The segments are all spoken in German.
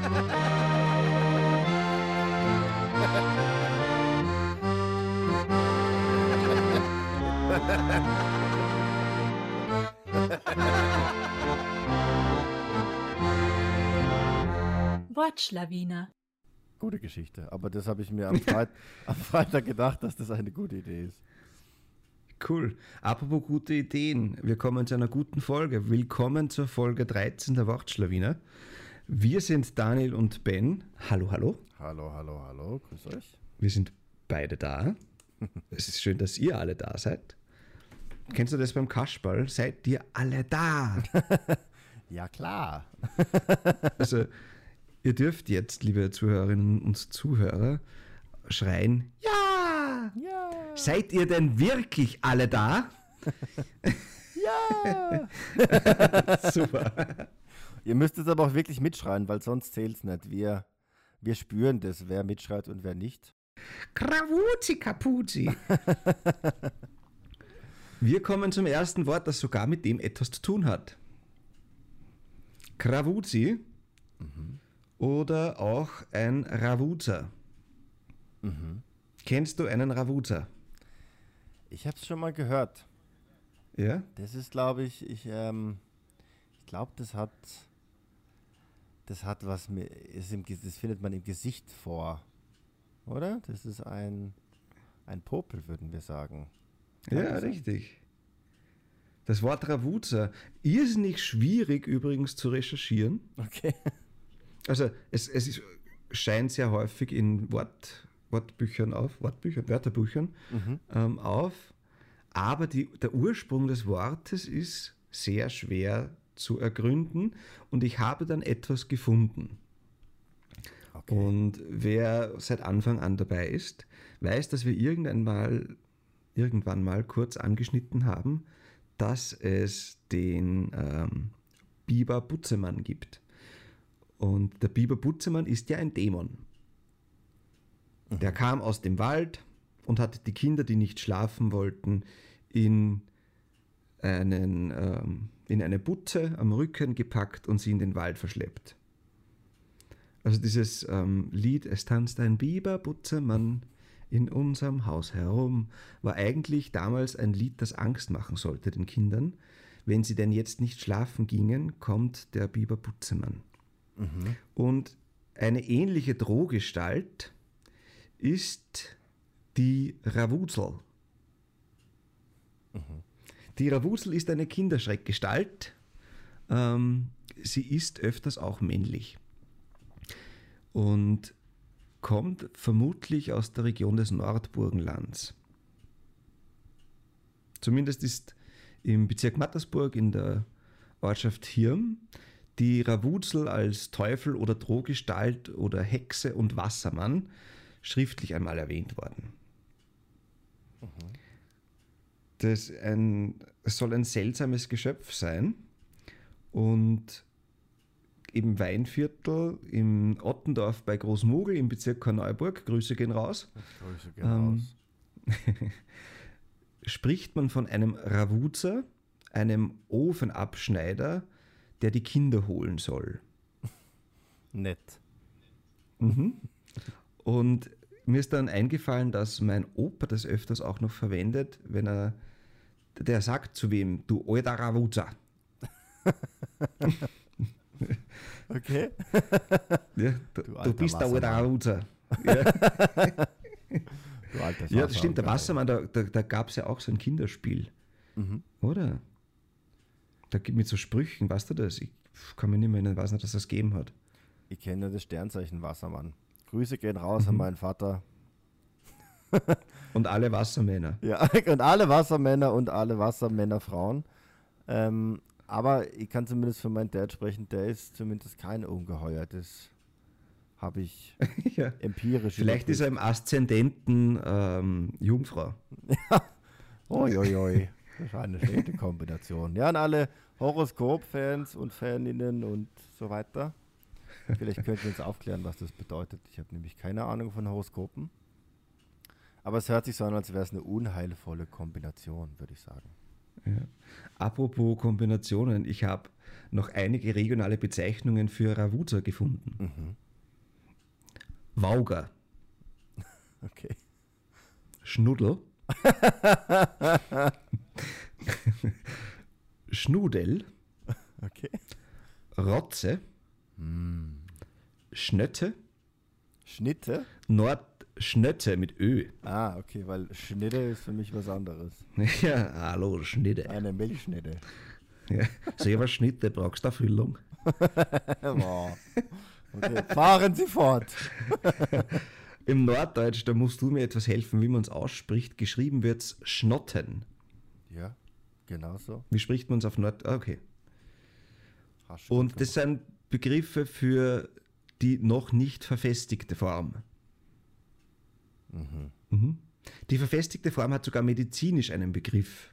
Wortschlawiner. Gute Geschichte, aber das habe ich mir am Freitag gedacht, dass das eine gute Idee ist. Cool. Apropos gute Ideen, wir kommen zu einer guten Folge. Willkommen zur Folge 13 der Wortschlawiner. Wir sind Daniel und Ben. Hallo, hallo. Hallo, grüß euch. Wir sind beide da. Es ist schön, dass ihr alle da seid. Kennst du das beim Kasperl? Seid ihr alle da? Ja, klar. Also, ihr dürft jetzt, liebe Zuhörerinnen und Zuhörer, schreien, ja! Ja! Seid ihr denn wirklich alle da? Ja! Super. Ihr müsst es aber auch wirklich mitschreien, weil sonst zählt es nicht. Wir spüren das, wer mitschreit und wer nicht. Kravuzi Kapuzi. Wir kommen zum ersten Wort, das sogar mit dem etwas zu tun hat. Kravuzi oder auch ein Ravuzzer. Kennst du einen Ravuzzer? Ich habe es schon mal gehört. Ja? Das ist, glaube ich, ich glaube, das hat was das findet man im Gesicht vor, oder? Das ist ein Popel, würden wir sagen. Kann Ja, das sein? richtig. Das Wort Ravuzzer, irrsinnig schwierig übrigens zu recherchieren. Okay. Also scheint sehr häufig in Wörterbüchern auf, aber der Ursprung des Wortes ist sehr schwer zu ergründen und ich habe dann etwas gefunden. Okay. Und wer seit Anfang an dabei ist, weiß, dass wir irgendwann mal kurz angeschnitten haben, dass es den Biber Butzemann gibt. Und der Biber Butzemann ist ja ein Dämon. Der kam aus dem Wald und hat die Kinder, die nicht schlafen wollten, in eine Butze am Rücken gepackt und sie in den Wald verschleppt. Also dieses Lied, es tanzt ein Biber Butzemann in unserem Haus herum, war eigentlich damals ein Lied, das Angst machen sollte den Kindern. Wenn sie denn jetzt nicht schlafen gingen, kommt der Biber Butzemann. Und eine ähnliche Drohgestalt ist die Ravuzzel. Die Ravuzzel ist eine Kinderschreckgestalt. Sie ist öfters auch männlich und kommt vermutlich aus der Region des Nordburgenlands. Zumindest ist im Bezirk Mattersburg in der Ortschaft Hirn die Ravuzzel als Teufel oder Drohgestalt oder Hexe und Wassermann schriftlich einmal erwähnt worden. Es soll ein seltsames Geschöpf sein und im Weinviertel im Ottendorf bei Großmogel im Bezirk Korneuburg, Grüße gehen raus, spricht man von einem Ravuzzer, einem Ofenabschneider, der die Kinder holen soll. Nett. Und mir ist dann eingefallen, dass mein Opa das öfters auch noch verwendet, wenn der sagt zu wem, du alter Ravuzzer. Okay. Ja, du bist der alte Ravuzzer. Ja. Du alter Ja, das stimmt, der Wassermann, da gab es ja auch so ein Kinderspiel. Oder? Da gibt mit so Sprüchen, weißt du das? Ich kann mich nicht mehr erinnern, weiß nicht, dass das gegeben hat. Ich kenne nur das Sternzeichen Wassermann. Grüße gehen raus an meinen Vater. Und alle Wassermänner. Ja, und alle Wassermänner und alle Wassermännerfrauen. Aber ich kann zumindest für meinen Dad sprechen, der ist zumindest kein Ungeheuer. Das habe ich Ja. empirisch Vielleicht ist er im Aszendenten Jungfrau. Oi. Das ist eine schlechte Kombination. Ja, an alle Horoskop-Fans und Faninnen und so weiter. Vielleicht könnt ihr uns aufklären, was das bedeutet. Ich habe nämlich keine Ahnung von Horoskopen. Aber es hört sich so an, als wäre es eine unheilvolle Kombination, würde ich sagen. Ja. Apropos Kombinationen, ich habe noch einige regionale Bezeichnungen für Ravuzza gefunden. Mhm. Wauger, Okay. Schnuddel, Schnudel, Okay. Rotze, Hm. Schnötte, Schnitte? Schnötte mit Ö. Ah, okay, weil Schnitte ist für mich was anderes. Ja, hallo, Schnitte. Eine Milchschnitte. Ja. Servus Schnitte, brauchst du Erfüllung? Wow. Okay, fahren Sie fort. Im Norddeutsch, da musst du mir etwas helfen, wie man es ausspricht. Geschrieben wird es Schnotten. Ja, genau so. Wie spricht man es auf Nord... Ah, okay. Hast du gut Und das sind Begriffe für die noch nicht verfestigte Form. gemacht. Mhm. Mhm. Die verfestigte Form hat sogar medizinisch einen Begriff.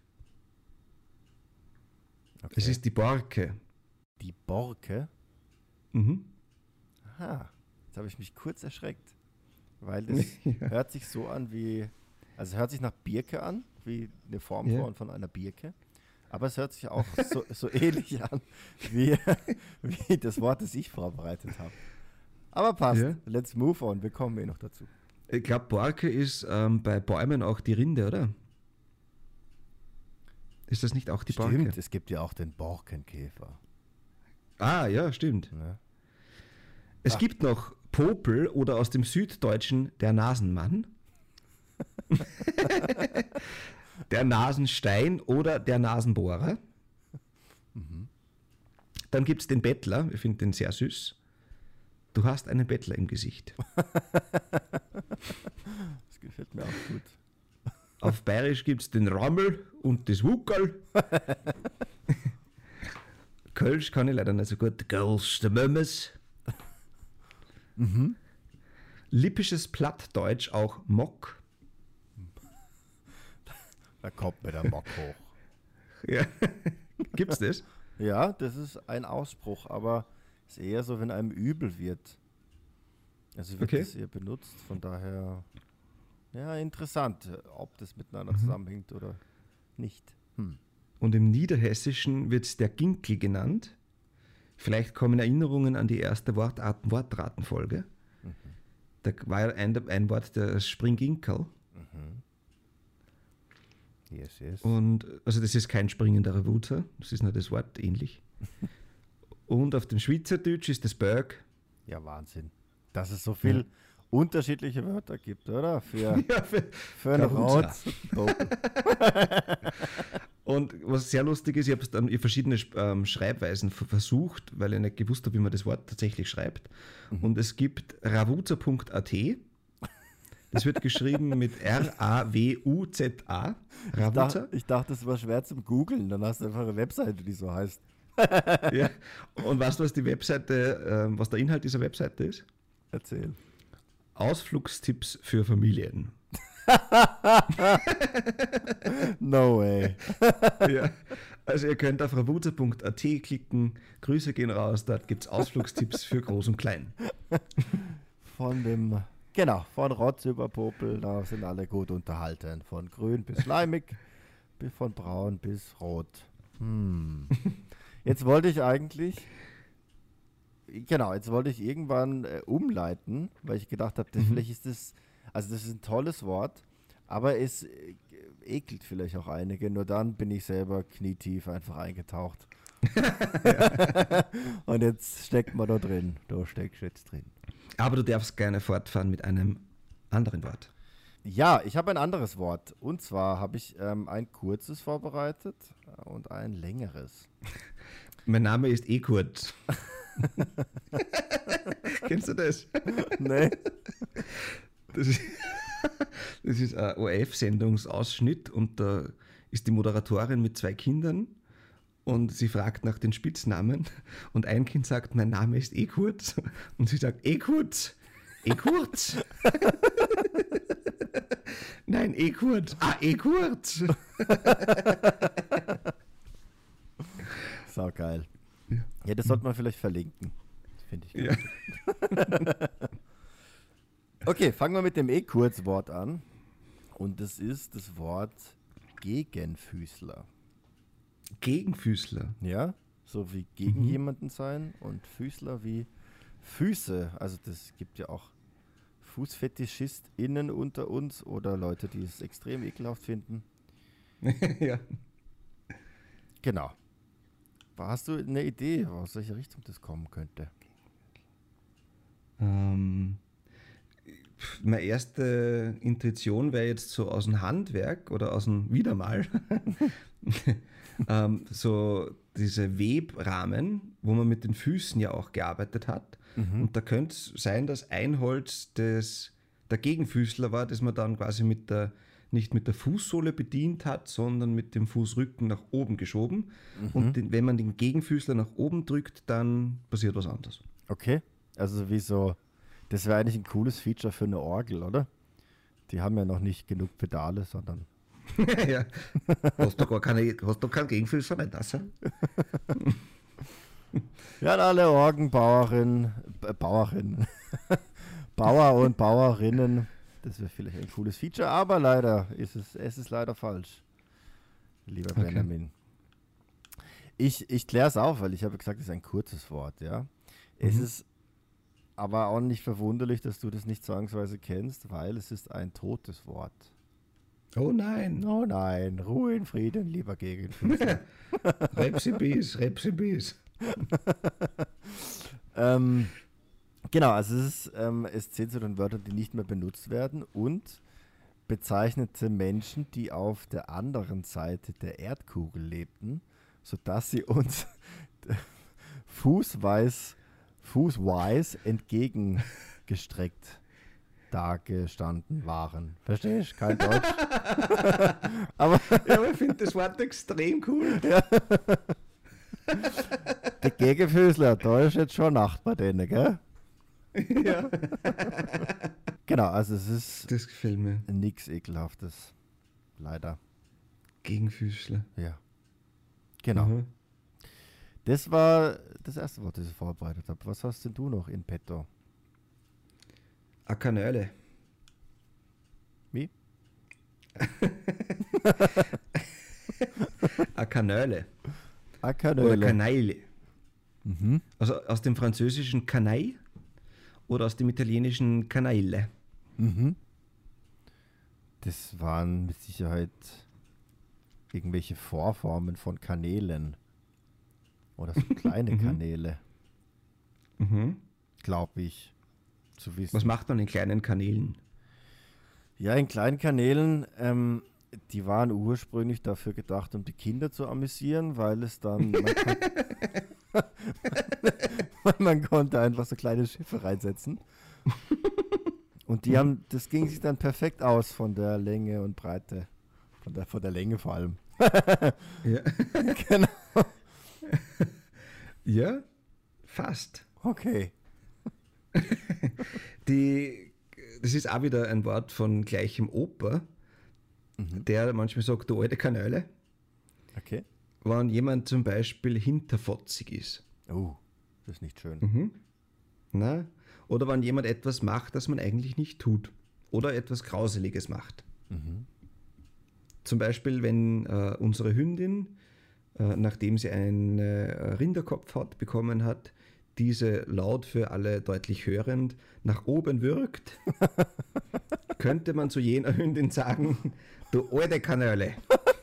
Okay. Es ist die Borke. Die Borke. Mhm. Aha, jetzt habe ich mich kurz erschreckt. Weil das Ja. hört sich so an wie, also es hört sich nach Birke an, wie eine Form Ja. von einer Birke. Aber es hört sich auch so ähnlich an, wie, wie das Wort, das ich vorbereitet habe. Aber passt, Ja. let's move on, wir kommen noch dazu. Ich glaube, Borke ist bei Bäumen auch die Rinde, oder? Ist das nicht auch die Stimmt, Borke? es gibt ja auch den Borkenkäfer. Ah, ja, stimmt. Ne? Es Ah. gibt noch Popel oder aus dem Süddeutschen der Nasenmann, der Nasenstein oder der Nasenbohrer. Mhm. Dann gibt es den Bettler, ich finde den sehr süß. Du hast einen Bettler im Gesicht. Das gefällt mir auch gut. Auf Bayerisch gibt es den Rammel und das Wuckerl. Kölsch kann ich leider nicht so gut. Girls, the Mömmes. Mhm. Lippisches Plattdeutsch auch Mock. Da kommt mir der Mock hoch. Ja. Gibt's das? Ja, das ist ein Ausspruch, aber ist eher so, wenn einem übel wird. Also wird Okay. das eher benutzt, von daher, ja, interessant, ob das miteinander Mhm. zusammenhängt oder nicht. Und im Niederhessischen wird es der Ginkel genannt. Vielleicht kommen Erinnerungen an die erste Wortratenfolge. Mhm. Da war ja ein Wort, der Springginkel. Mhm. Yes, yes. Und also das ist kein springender Ravuzza, das ist nur das Wort ähnlich. Und auf dem Schweizerdeutsch ist das Berg. Ja, Wahnsinn. Dass es so viel unterschiedliche Wörter gibt, oder? Für, Ja, für ein Ravuzza. Rot. und was sehr lustig ist, ich habe es dann in verschiedene Schreibweisen versucht, weil ich nicht gewusst habe, wie man das Wort tatsächlich schreibt. Und es gibt ravuzza.at. Das wird geschrieben mit R-A-W-U-Z-A. Ravuzza. Ich dachte, das war schwer zum Googlen. Dann hast du einfach eine Webseite, die so heißt. Ja. Und weißt du, was die Webseite, was der Inhalt dieser Webseite ist? Erzähl. Ausflugstipps für Familien. No way. Ja. Also ihr könnt auf ravuzza.at klicken. Grüße gehen raus. Dort gibt es Ausflugstipps für Groß und Klein. Genau, von Rotz über Popel, da sind alle gut unterhalten. Von grün bis schleimig, von braun bis rot. Jetzt wollte ich irgendwann umleiten, weil ich gedacht habe, vielleicht ist das ist ein tolles Wort, aber es ekelt vielleicht auch einige. Nur dann bin ich selber knietief einfach eingetaucht. Und jetzt steckt man da drin. Da steckst du jetzt drin. Aber du darfst gerne fortfahren mit einem anderen Wort. Ja, ich habe ein anderes Wort. Und zwar habe ich ein kurzes vorbereitet und ein längeres. Mein Name ist Ekurt. Kennst du das? Nee. Das ist ein ORF-Sendungsausschnitt und da ist die Moderatorin mit 2 Kindern und sie fragt nach den Spitznamen und ein Kind sagt, mein Name ist Ekurt und sie sagt, Ekurt, Ekurt. Nein, Ekurt. Ah, Ekurt. Sau geil. Ja. Ja, das sollte man vielleicht verlinken. Finde ich gut. Ja. Okay, fangen wir mit dem Kurzwort an. Und das ist das Wort Gegenfüßler. Gegenfüßler. Ja? so wie gegen jemanden sein und Füßler wie Füße. Also das gibt ja auch FußfetischistInnen unter uns oder Leute, die es extrem ekelhaft finden. Ja. Genau. Hast du eine Idee, aus welcher Richtung das kommen könnte? Meine erste Intuition wäre jetzt so aus dem Handwerk oder aus dem Wiedermal. So diese Webrahmen, wo man mit den Füßen ja auch gearbeitet hat. Und da könnte es sein, dass ein Holz der Gegenfüßler war, das man dann quasi nicht mit der Fußsohle bedient hat, sondern mit dem Fußrücken nach oben geschoben. Und wenn man den Gegenfüßler nach oben drückt, dann passiert was anderes. Okay, also wie so, das wäre eigentlich ein cooles Feature für eine Orgel, oder? Die haben ja noch nicht genug Pedale, sondern... Ja. Hast du keinen Gegenfüßler, nicht das? Ja, an alle Orgenbauerinnen, Bauer und Bauerinnen, das wäre vielleicht ein cooles Feature, aber leider es ist leider falsch, lieber Benjamin. Ich kläre es auf, weil ich habe gesagt, es ist ein kurzes Wort, ja. Es ist aber auch nicht verwunderlich, dass du das nicht zwangsweise kennst, weil es ist ein totes Wort. Oh nein. Oh nein, Ruhe in Frieden, lieber Gegenfüßler. Repsibis. Genau, also es zählt zu den Wörtern, die nicht mehr benutzt werden und bezeichnete Menschen, die auf der anderen Seite der Erdkugel lebten, sodass sie uns fußweis entgegengestreckt dagestanden waren. Verstehst du? Kein Deutsch. aber ich finde das Wort extrem cool. Ja. Die Gegenfüßler, da ist jetzt schon Nacht bei denen, gell? Ja. Genau, also es ist Das gefällt mir. nichts Ekelhaftes. Leider. Gegenfüßler. Ja. Genau. Das war das erste Wort, das ich vorbereitet habe. Was hast denn du noch in petto? A Kanöle. Wie? A Kanöle. A Oder Kanöle. Canaille. Also aus dem französischen Canaille oder aus dem italienischen Canaille. Das waren mit Sicherheit irgendwelche Vorformen von Kanälen. Oder so kleine Kanäle. Glaube ich. Zu wissen. Was macht man in kleinen Kanälen? Ja, in kleinen Kanälen, die waren ursprünglich dafür gedacht, um die Kinder zu amüsieren, weil es dann, man konnte einfach so kleine Schiffe reinsetzen. Und das ging sich dann perfekt aus von der Länge und Breite. Von der Länge vor allem. Ja. Genau. Ja, fast. Okay. Das ist auch wieder ein Wort von gleichem Opa, der manchmal sagt, du alte Kanäle, Okay. wenn jemand zum Beispiel hinterfotzig ist. Oh, das ist nicht schön. Na? Oder wenn jemand etwas macht, das man eigentlich nicht tut. Oder etwas Grauseliges macht. Zum Beispiel, wenn unsere Hündin, nachdem sie eine Rinderkopfhaut bekommen hat, diese laut für alle deutlich hörend nach oben würgt, könnte man zu jener Hündin sagen, du alte Kanöle.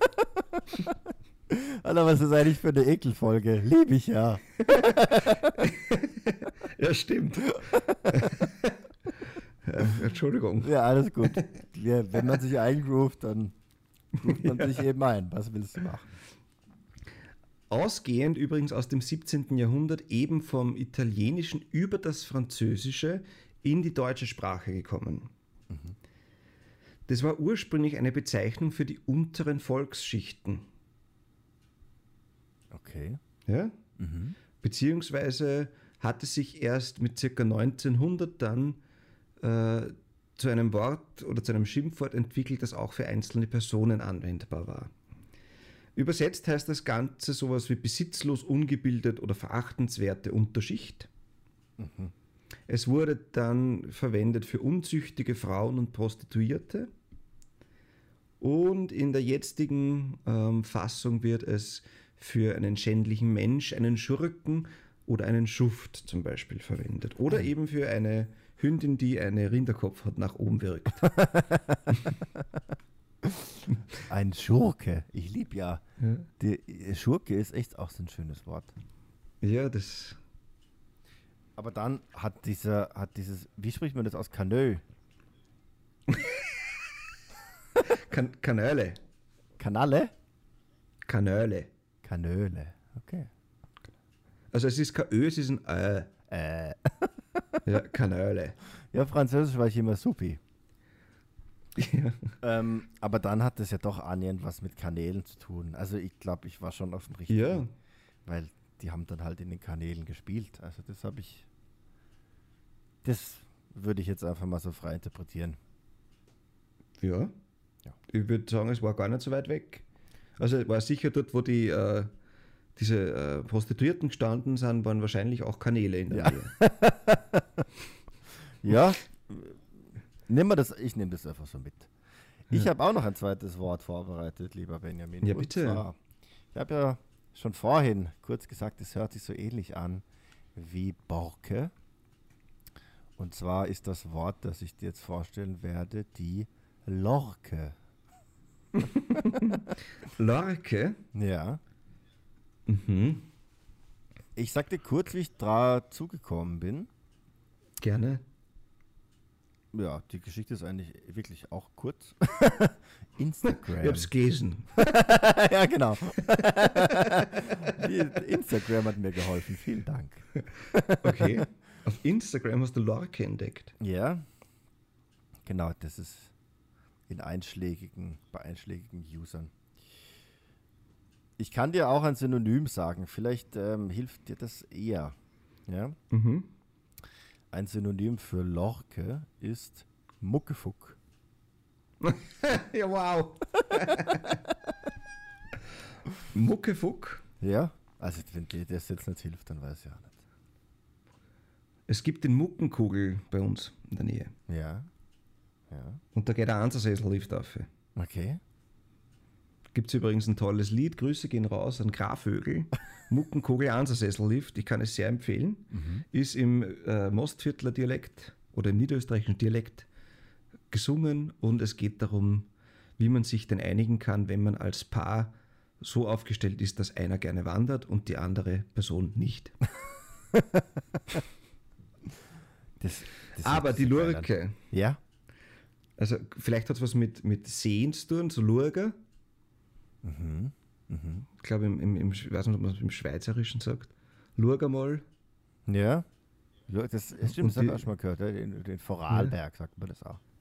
Alter, was ist eigentlich für eine Ekelfolge? Lieb ich ja. Ja, stimmt. Entschuldigung. Ja, alles gut. Ja, wenn man sich eingroovt, dann groovt man sich eben ein. Was willst du machen? Ausgehend übrigens aus dem 17. Jahrhundert eben vom Italienischen über das Französische in die deutsche Sprache gekommen. Das war ursprünglich eine Bezeichnung für die unteren Volksschichten. Okay. Ja? Beziehungsweise hat es sich erst mit ca. 1900 dann zu einem Wort oder zu einem Schimpfwort entwickelt, das auch für einzelne Personen anwendbar war. Übersetzt heißt das Ganze sowas wie besitzlos, ungebildet oder verachtenswerte Unterschicht. Es wurde dann verwendet für unzüchtige Frauen und Prostituierte. Und in der jetzigen Fassung wird es für einen schändlichen Mensch, einen Schurken oder einen Schuft zum Beispiel verwendet. Oder eben für eine Hündin, die einen Rinderkopf hat, nach oben wirkt. Ein Schurke. Ich liebe ja. Ja, Die Schurke ist echt auch so ein schönes Wort. ja, das. Aber dann hat dieses, wie spricht man das aus? Kanö? Kanöle. Kanalle? Kanöle. Kanöle. Okay. Also es ist kein Ö, es ist ein Äh. Ja, Kanöle. Ja, Französisch war ich immer supi. Ja. Aber dann hat es ja doch annähernd was mit Kanälen zu tun. Also ich glaube, ich war schon auf dem richtigen. Ja, Weil die haben dann halt in den Kanälen gespielt. Also das würde ich jetzt einfach mal so frei interpretieren. ja. Ja. Ich würde sagen, es war gar nicht so weit weg. Also es war sicher dort, wo diese Prostituierten gestanden sind, waren wahrscheinlich auch Kanäle in der Ja. Nähe. Ja, ich nehme das einfach so mit. Ich Ja. habe auch noch ein zweites Wort vorbereitet, lieber Benjamin. Ja, Und bitte. zwar, ich habe ja schon vorhin kurz gesagt, es hört sich so ähnlich an wie Borke. Und zwar ist das Wort, das ich dir jetzt vorstellen werde, die Lorke. Lorke. Ja. Mhm. Ich sag dir kurz, wie ich dazu gekommen bin. Gerne. Ja, die Geschichte ist eigentlich wirklich auch kurz. Instagram. Ich hab's gelesen. Ja, genau. Instagram hat mir geholfen. Vielen Dank. Okay. Auf Instagram hast du Lorke entdeckt. Ja, genau. Das ist bei einschlägigen Usern. Ich kann dir auch ein Synonym sagen. Vielleicht hilft dir das eher. Ja? Mhm. Ein Synonym für Lorke ist Muckefuck. Ja, wow. Muckefuck. Ja? Also, wenn dir das jetzt nicht hilft, dann weiß ich auch nicht. Es gibt den Muckenkugel bei uns in der Nähe. Ja. Ja. Und da geht ein Ansassessellift auf. Okay. Gibt es übrigens ein tolles Lied, Grüße gehen raus an Grafvögel, Muckenkugel Ansassessellift, ich kann es sehr empfehlen, ist im Mostviertler Dialekt oder im niederösterreichischen Dialekt gesungen und es geht darum, wie man sich denn einigen kann, wenn man als Paar so aufgestellt ist, dass einer gerne wandert und die andere Person nicht. Das Aber hört sich die so geil an. Lurke, Ja? also vielleicht hat es was mit Sehen zu tun, so Lurger. Ich glaube, ich weiß nicht, ob man es im Schweizerischen sagt. Lurger mal. Ja. Das stimmt, das Und habe ich die- auch schon mal gehört. Ja? Den Vorarlberg sagt man das auch.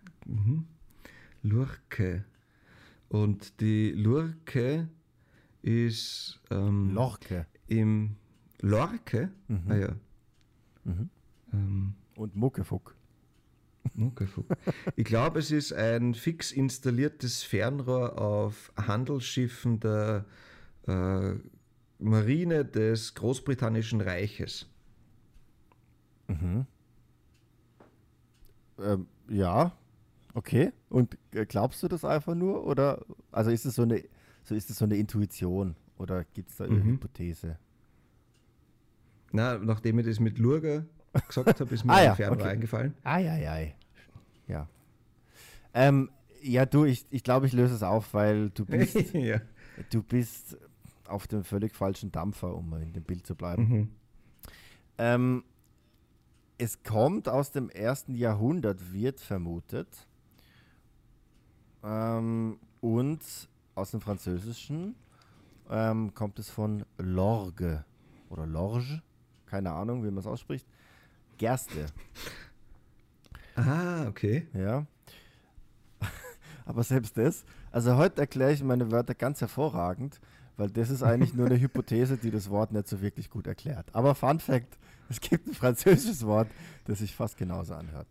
Lurke. Und die Lurke ist Lorke. im Lorke. Ah ja. Und Muckefuck. Muckefuck. Ich glaube, es ist ein fix installiertes Fernrohr auf Handelsschiffen der Marine des Großbritannischen Reiches. Ja, okay. Und glaubst du das einfach nur? Oder also ist es so eine Intuition oder gibt es da eine Hypothese? Na, nachdem ich das mit Lurger gesagt habe, ist mir Ah ein ja, Fernrohr okay. eingefallen. Ei. Ja. Ja, du, ich glaube, ich löse es auf, weil du bist, Ja. du bist auf dem völlig falschen Dampfer, um mal in dem Bild zu bleiben. Es kommt aus dem 1. Jahrhundert, wird vermutet. Und aus dem Französischen kommt es von Lorgue oder Lorge, keine Ahnung, wie man es ausspricht. Gerste, Ah, okay. ja. Aber selbst das, also heute erkläre ich meine Wörter ganz hervorragend, weil das ist eigentlich nur eine Hypothese, die das Wort nicht so wirklich gut erklärt. Aber Fun Fact, es gibt ein französisches Wort, das sich fast genauso anhört.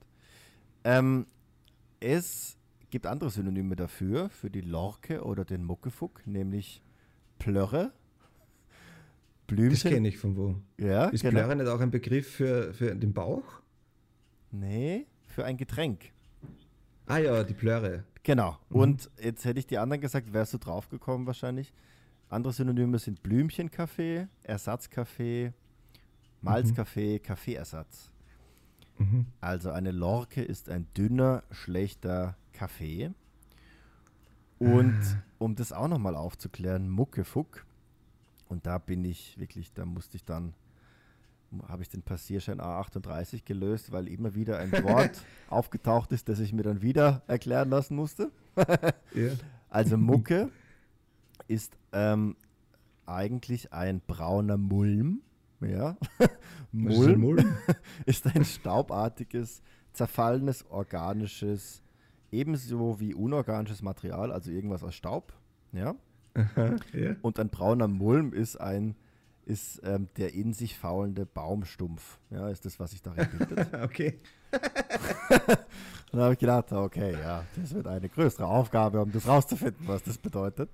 Es gibt andere Synonyme dafür, für die Lorke oder den Muckefuck, nämlich Plörre, Das Blümchen. kenne ich von wo. Ja, Ist genau. Plörre nicht auch ein Begriff für den Bauch? Nee, für ein Getränk. Ah ja, die Plörre. Genau. Und jetzt hätte ich die anderen gesagt, wärst du draufgekommen wahrscheinlich. Andere Synonyme sind Blümchenkaffee, Ersatzkaffee, Malzkaffee, Kaffeeersatz. Also eine Lorke ist ein dünner, schlechter Kaffee. Und um das auch nochmal aufzuklären, Muckefuck. Und da bin ich wirklich, habe ich den Passierschein A38 gelöst, weil immer wieder ein Wort aufgetaucht ist, das ich mir dann wieder erklären lassen musste. Ja. Also Mucke ist eigentlich ein brauner Mulm. Ja. Was ist ein Mulm? ist ein staubartiges, zerfallenes, organisches, ebenso wie unorganisches Material, also irgendwas aus Staub. Ja. Aha, ja. Und ein brauner Mulm ist der in sich faulende Baumstumpf. Ja, ist das, was sich darin bildet. Okay. Und dann habe ich gedacht, okay, ja, das wird eine größere Aufgabe, um das rauszufinden, was das bedeutet.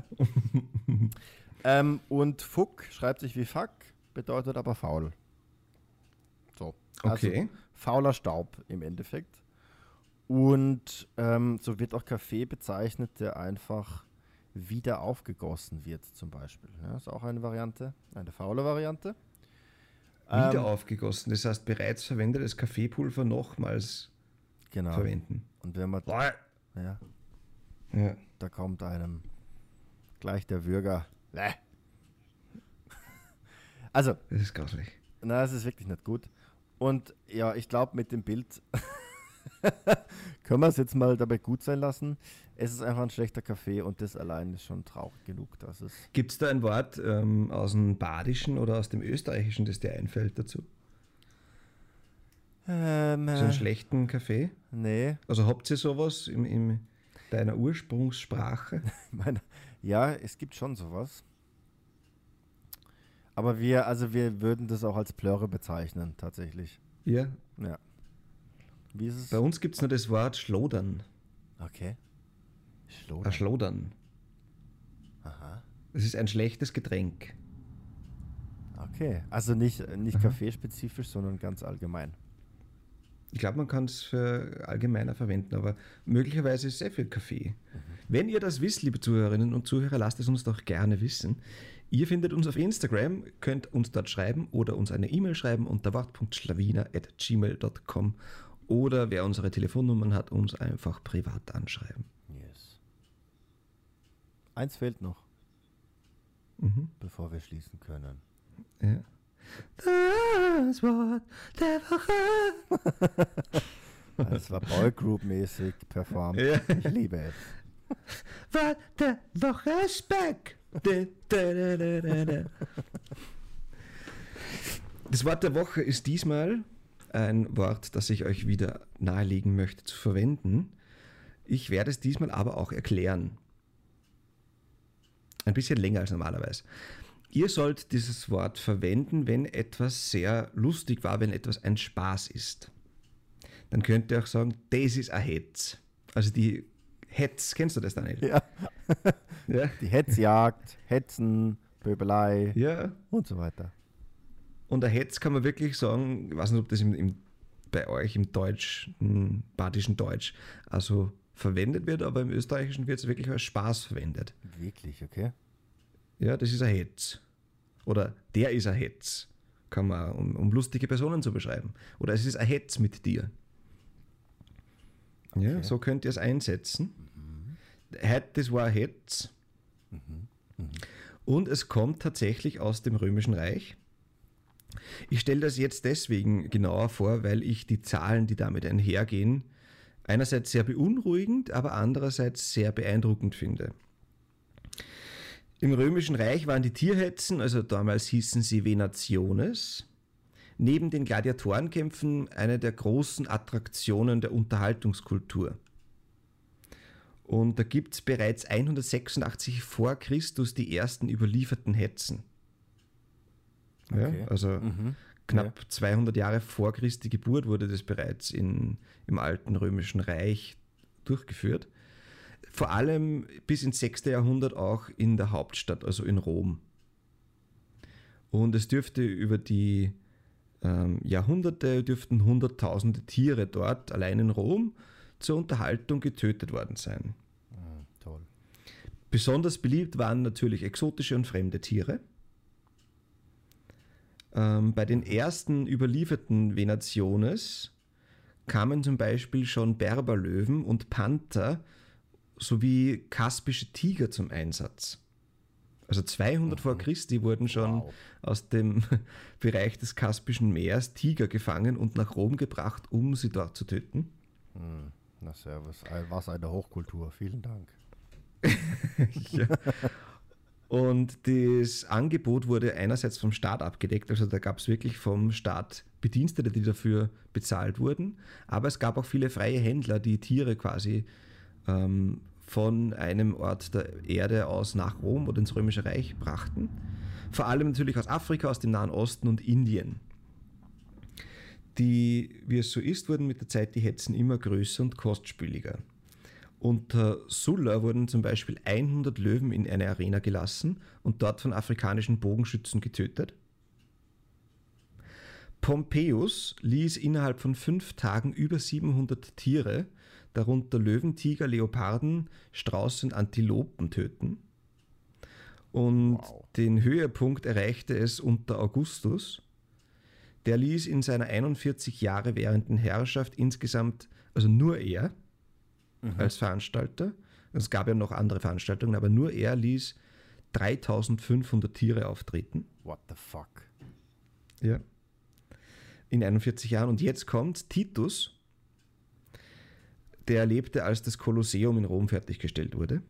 Und Fuck schreibt sich wie Fuck, bedeutet aber faul. So. Also Okay. fauler Staub im Endeffekt. Und so wird auch Kaffee bezeichnet, der einfach wieder aufgegossen wird, zum Beispiel. Ja, ist auch eine Variante, eine faule Variante. Wieder aufgegossen, das heißt bereits verwendetes Kaffeepulver nochmals Genau. verwenden. Und wenn man, ja, Ja. da kommt einem gleich der Würger. Also, Das ist grauslich. na, es ist wirklich nicht gut. Und ja, ich glaube, mit dem Bild können wir es jetzt mal dabei gut sein lassen. Es ist einfach ein schlechter Kaffee und das allein ist schon traurig genug, dass es. Gibt es da ein Wort aus dem Badischen oder aus dem Österreichischen, das dir einfällt dazu? So einen schlechten Kaffee? Nee. Also habt ihr sowas in deiner Ursprungssprache? Ja, es gibt schon sowas. Aber wir würden das auch als Plörre bezeichnen, tatsächlich. Ja. Ja. Wie ist es? Bei uns gibt es nur das Wort Schlodern. Okay. Ein Schlodern. Aha. Das ist ein schlechtes Getränk. Okay. Also nicht kaffeespezifisch, sondern ganz allgemein. Ich glaube, man kann es für allgemeiner verwenden, aber möglicherweise ist es sehr viel Kaffee. Wenn ihr das wisst, liebe Zuhörerinnen und Zuhörer, lasst es uns doch gerne wissen. Ihr findet uns auf Instagram, könnt uns dort schreiben oder uns eine E-Mail schreiben unter wart.schlawiner@gmail.com oder wer unsere Telefonnummern hat, uns einfach privat anschreiben. Yes. Eins fehlt noch, bevor wir schließen können. Ja. Das Wort der Woche. Das war Boygroup-mäßig performt. Ja. Ich liebe es. Wort der Woche ist back. Das Wort der Woche ist diesmal ein Wort, das ich euch wieder nahelegen möchte zu verwenden. Ich werde es diesmal aber auch erklären. Ein bisschen länger als normalerweise. Ihr sollt dieses Wort verwenden, wenn etwas sehr lustig war, wenn etwas ein Spaß ist. Dann könnt ihr auch sagen, das ist ein Hetz. Also die Hetz, kennst du das, Daniel? Ja. Ja. Die Hetzjagd, Hetzen, Pöbelei Ja. und so weiter. Und ein Hetz kann man wirklich sagen, ich weiß nicht, ob das bei euch im badischen Deutsch also verwendet wird, aber im Österreichischen wird es wirklich als Spaß verwendet. Wirklich, okay? Ja, das ist ein Hetz. Oder der ist ein Hetz. Kann man, um lustige Personen zu beschreiben. Oder es ist ein Hetz mit dir. Okay. Ja, so könnt ihr es einsetzen. Das war ein Hetz. Und es kommt tatsächlich aus dem Römischen Reich. Ich stelle das jetzt deswegen genauer vor, weil ich die Zahlen, die damit einhergehen, einerseits sehr beunruhigend, aber andererseits sehr beeindruckend finde. Im Römischen Reich waren die Tierhetzen, also damals hießen sie Venationes, neben den Gladiatorenkämpfen eine der großen Attraktionen der Unterhaltungskultur. Und da gibt es bereits 186 vor Christus die ersten überlieferten Hetzen. Okay. Ja, also knapp 200 Jahre vor Christi Geburt wurde das bereits im alten Römischen Reich durchgeführt. Vor allem bis ins 6. Jahrhundert auch in der Hauptstadt, also in Rom. Und es dürfte über die Jahrhunderte dürften hunderttausende Tiere dort, allein in Rom, zur Unterhaltung getötet worden sein. Toll. Besonders beliebt waren natürlich exotische und fremde Tiere. Bei den ersten überlieferten Venationes kamen zum Beispiel schon Berberlöwen und Panther sowie kaspische Tiger zum Einsatz. Also 200 vor Christi wurden schon aus dem Bereich des Kaspischen Meeres Tiger gefangen und nach Rom gebracht, um sie dort zu töten. Na servus, was eine Hochkultur, vielen Dank. Ja. Und das Angebot wurde einerseits vom Staat abgedeckt, also da gab es wirklich vom Staat Bedienstete, die dafür bezahlt wurden, aber es gab auch viele freie Händler, die Tiere quasi von einem Ort der Erde aus nach Rom oder ins Römische Reich brachten. Vor allem natürlich aus Afrika, aus dem Nahen Osten und Indien. Wie es so ist, wurden mit der Zeit die Hetzen immer größer und kostspieliger. Unter Sulla wurden zum Beispiel 100 Löwen in eine Arena gelassen und dort von afrikanischen Bogenschützen getötet. Pompeius ließ innerhalb von 5 Tagen über 700 Tiere, darunter Löwen, Tiger, Leoparden, Strauße und Antilopen töten. Und den Höhepunkt erreichte es unter Augustus. Der ließ in seiner 41 Jahre währenden Herrschaft insgesamt, also nur er, als Veranstalter. Es gab ja noch andere Veranstaltungen, aber nur er ließ 3500 Tiere auftreten. What the fuck? Ja. In 41 Jahren. Und jetzt kommt Titus, der lebte, als das Kolosseum in Rom fertiggestellt wurde.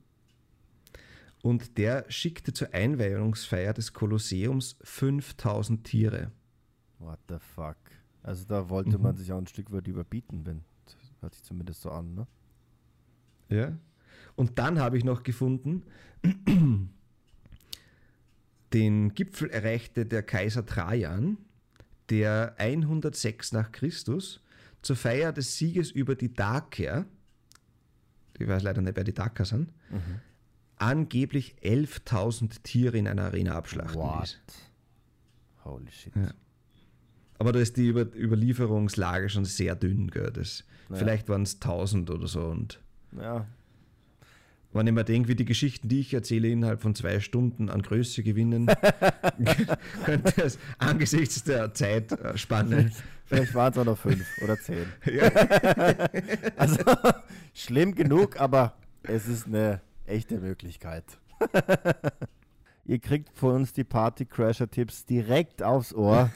Und der schickte zur Einweihungsfeier des Kolosseums 5000 Tiere. What the fuck? Also da wollte man sich auch ein Stück weit überbieten, hört sich zumindest so an, ne? Ja. Und dann habe ich noch gefunden, den Gipfel erreichte der Kaiser Trajan, der 106 nach Christus zur Feier des Sieges über die Daker, ich weiß leider nicht, wer die Daker sind, angeblich 11.000 Tiere in einer Arena abschlachten ließ. Holy shit. Ja. Aber da ist die Überlieferungslage schon sehr dünn, gell? Vielleicht waren es 1000 oder so. Und wenn ich mir denke, wie die Geschichten, die ich erzähle, innerhalb von 2 Stunden an Größe gewinnen, könnte es angesichts der Zeitspanne. Vielleicht waren es auch noch 5 oder 10. Also schlimm genug, aber es ist eine echte Möglichkeit. Ihr kriegt von uns die Party-Crasher-Tipps direkt aufs Ohr.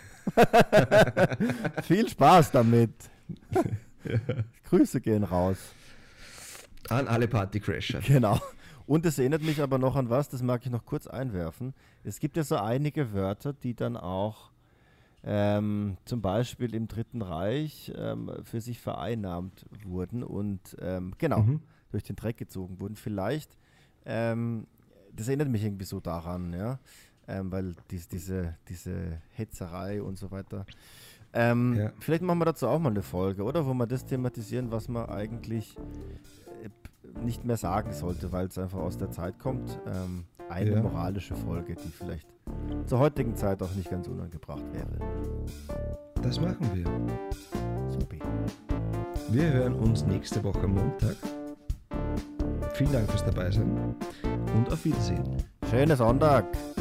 Viel Spaß damit. Grüße gehen raus. An alle Partycrasher. Genau. Und es erinnert mich aber noch an was, das mag ich noch kurz einwerfen. Es gibt ja so einige Wörter, die dann auch zum Beispiel im Dritten Reich für sich vereinnahmt wurden und durch den Dreck gezogen wurden. Vielleicht, das erinnert mich irgendwie so daran, ja, weil diese Hetzerei und so weiter. Vielleicht machen wir dazu auch mal eine Folge, oder? Wo wir das thematisieren, was man eigentlich nicht mehr sagen sollte, weil es einfach aus der Zeit kommt. Eine moralische Folge, die vielleicht zur heutigen Zeit auch nicht ganz unangebracht wäre. Das machen wir. Super. Wir hören uns nächste Woche Montag. Vielen Dank fürs Dabeisein und auf Wiedersehen. Schönen Sonntag.